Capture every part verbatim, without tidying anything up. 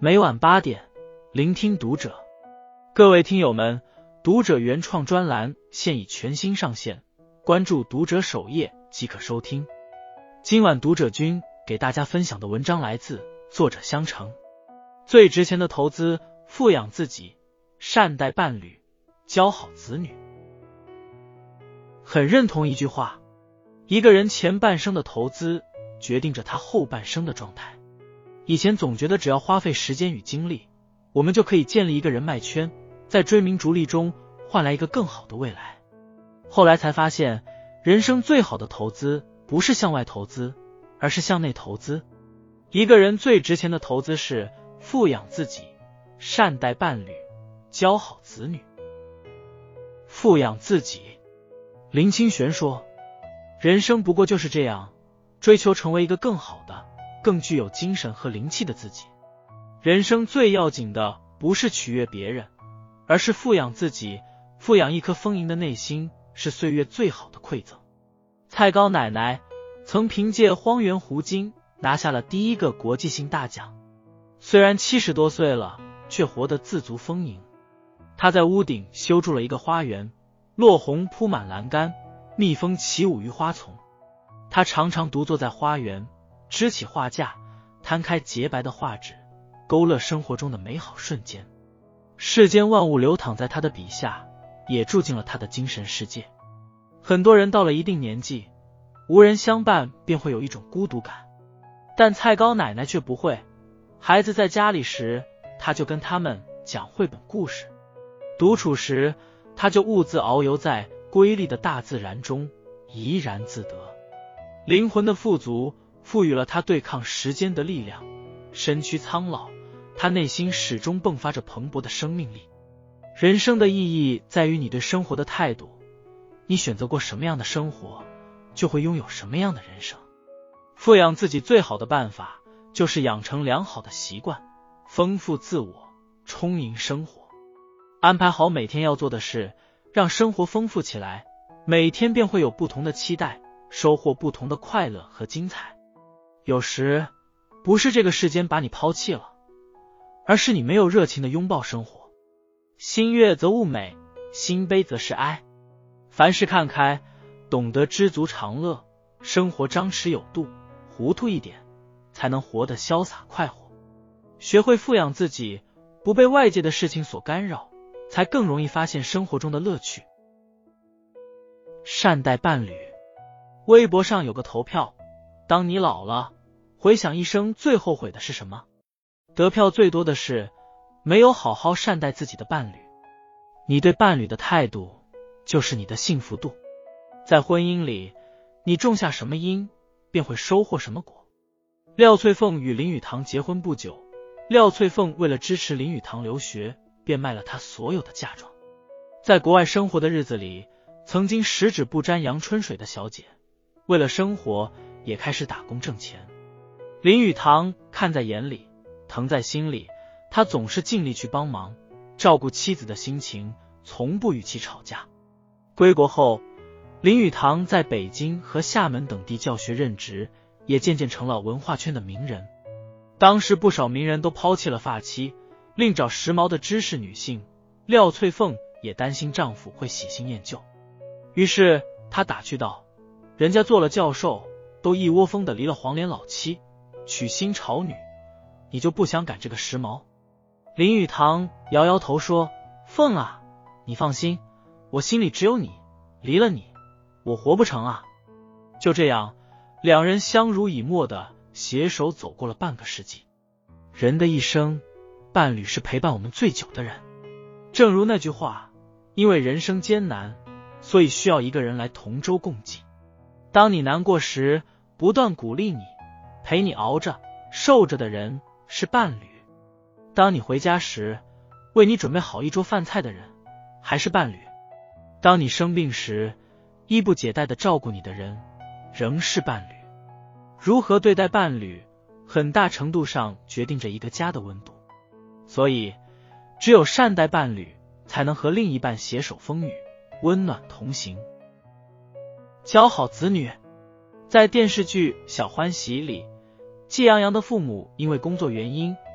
每晚八点，聆听读者。各位听友们，读者原创专栏现已全新上线，关注读者首页即可收听。今晚读者君给大家分享的文章来自作者香橙。最值钱的投资，富养自己，善待伴侣，教好子女。很认同一句话，一个人前半生的投资决定着他后半生的状态。以前总觉得只要花费时间与精力，我们就可以建立一个人脉圈，在追名逐利中换来一个更好的未来。后来才发现，人生最好的投资不是向外投资，而是向内投资。一个人最值钱的投资是富养自己，善待伴侣，教好子女。富养自己，林清玄说，人生不过就是这样，追求成为一个更好的、更具有精神和灵气的自己。人生最要紧的不是取悦别人，而是富养自己。富养一颗丰盈的内心，是岁月最好的馈赠。蔡高奶奶曾凭借《荒原狐精》拿下了第一个国际性大奖，虽然七十多岁了，却活得自足丰盈。她在屋顶修筑了一个花园，落红铺满栏杆，蜜蜂起舞于花丛。她常常独坐在花园，支起画架，摊开洁白的画纸，勾勒生活中的美好瞬间。世间万物流淌在她的笔下，也住进了她的精神世界。很多人到了一定年纪，无人相伴便会有一种孤独感，但蔡高奶奶却不会。孩子在家里时，她就跟他们讲绘本故事；独处时，她就兀自遨游在瑰丽的大自然中，怡然自得。灵魂的富足赋予了她对抗时间的力量，身躯苍老，她内心始终迸发着蓬勃的生命力。人生的意义在于你对生活的态度，你选择过什么样的生活，就会拥有什么样的人生。富养自己最好的办法，就是养成良好的习惯，丰富自我，充盈生活。安排好每天要做的事，让生活丰富起来，每天便会有不同的期待，收获不同的快乐和精彩。有时不是这个世间把你抛弃了，而是你没有热情的拥抱生活。心悦则物美，心悲则是哀。凡事看开，懂得知足常乐，生活张弛有度，糊涂一点，才能活得潇洒快活。学会富养自己，不被外界的事情所干扰，才更容易发现生活中的乐趣。善待伴侣。微博上有个投票，当你老了，回想一生最后悔的是什么？得票最多的是没有好好善待自己的伴侣。你对伴侣的态度，就是你的幸福度。在婚姻里，你种下什么因，便会收获什么果。廖翠凤与林语堂结婚不久，廖翠凤为了支持林语堂留学，便卖了她所有的嫁妆。在国外生活的日子里，曾经十指不沾阳春水的小姐，为了生活也开始打工挣钱。林语堂看在眼里，疼在心里，他总是尽力去帮忙，照顾妻子的心情，从不与其吵架。归国后，林语堂在北京和厦门等地教学任职，也渐渐成了文化圈的名人。当时不少名人都抛弃了发妻，另找时髦的知识女性，廖翠凤也担心丈夫会喜新厌旧，于是她打趣道，人家做了教授，都一窝蜂的离了黄脸老妻，娶新潮女，你就不想赶这个时髦？林语堂摇摇头说，凤啊，你放心，我心里只有你，离了你，我活不成啊。就这样，两人相濡以沫的携手走过了半个世纪。人的一生，伴侣是陪伴我们最久的人。正如那句话，因为人生艰难，所以需要一个人来同舟共济。当你难过时，不断鼓励你，陪你熬着受着的人是伴侣。当你回家时，为你准备好一桌饭菜的人还是伴侣。当你生病时，衣不解带的照顾你的人仍是伴侣。如何对待伴侣，很大程度上决定着一个家的温度。所以只有善待伴侣，才能和另一半携手风雨，温暖同行。教好子女。在电视剧《小欢喜》里，季阳阳的父母因为工作原因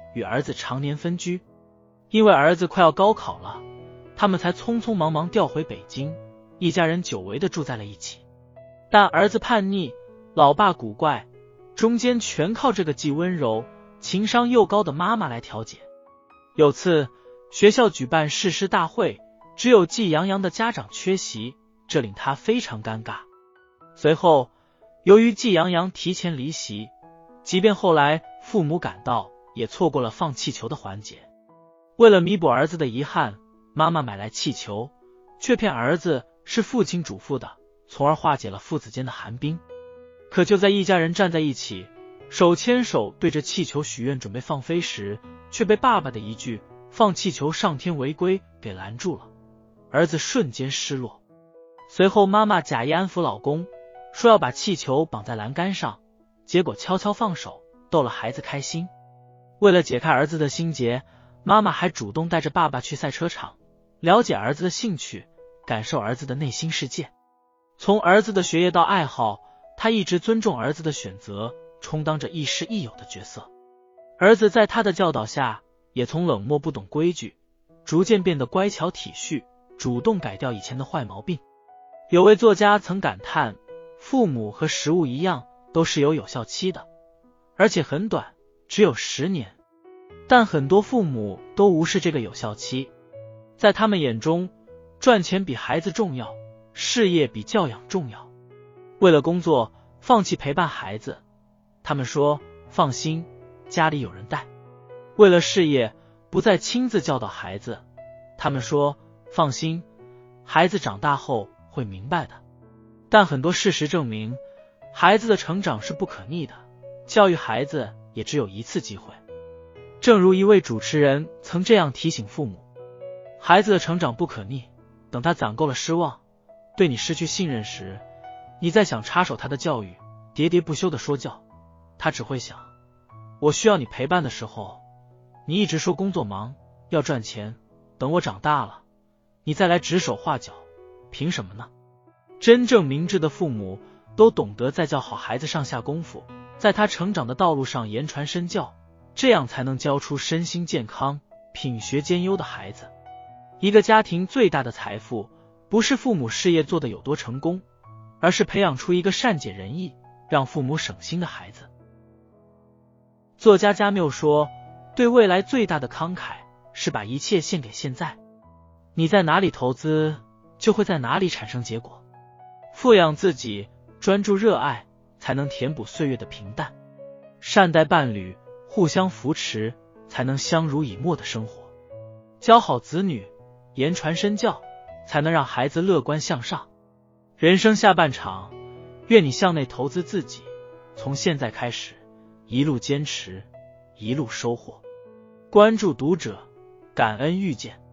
与儿子常年分居。因为儿子快要高考了，他们才匆匆忙忙调回北京，一家人久违地住在了一起。但儿子叛逆，老爸古怪，中间全靠这个既温柔情商又高的妈妈来调解。有次学校举办誓师大会，只有季阳阳的家长缺席，这令他非常尴尬。随后由于季阳阳提前离席，即便后来父母赶到，也错过了放气球的环节。为了弥补儿子的遗憾，妈妈买来气球，却骗儿子是父亲嘱咐的，从而化解了父子间的寒冰。可就在一家人站在一起，手牵手对着气球许愿准备放飞时，却被爸爸的一句放气球上天违规给拦住了，儿子瞬间失落。随后妈妈假意安抚老公，说要把气球绑在栏杆上，结果悄悄放手，逗了孩子开心。为了解开儿子的心结，妈妈还主动带着爸爸去赛车场，了解儿子的兴趣，感受儿子的内心世界。从儿子的学业到爱好，她一直尊重儿子的选择，充当着亦师亦友的角色。儿子在她的教导下，也从冷漠不懂规矩，逐渐变得乖巧体恤，主动改掉以前的坏毛病。有位作家曾感叹，父母和食物一样，都是有有效期的，而且很短，只有十年。但很多父母都无视这个有效期，在他们眼中，赚钱比孩子重要，事业比教养重要。为了工作，放弃陪伴孩子，他们说放心，家里有人带。为了事业，不再亲自教导孩子，他们说放心，孩子长大后会明白的。但很多事实证明，孩子的成长是不可逆的，教育孩子也只有一次机会。正如一位主持人曾这样提醒父母，孩子的成长不可逆，等他攒够了失望，对你失去信任时，你再想插手他的教育，喋喋不休的说教，他只会想，我需要你陪伴的时候，你一直说工作忙，要赚钱，等我长大了，你再来指手画脚，凭什么呢？真正明智的父母都懂得在教好孩子上下功夫，在他成长的道路上言传身教，这样才能教出身心健康、品学兼优的孩子。一个家庭最大的财富，不是父母事业做得有多成功，而是培养出一个善解人意、让父母省心的孩子。作家加缪说，对未来最大的慷慨，是把一切献给现在。你在哪里投资，就会在哪里产生结果。富养自己，专注热爱，才能填补岁月的平淡。善待伴侣，互相扶持，才能相濡以沫的生活。教好子女，言传身教，才能让孩子乐观向上。人生下半场，愿你向内投资自己，从现在开始，一路坚持，一路收获。关注读者，感恩遇见。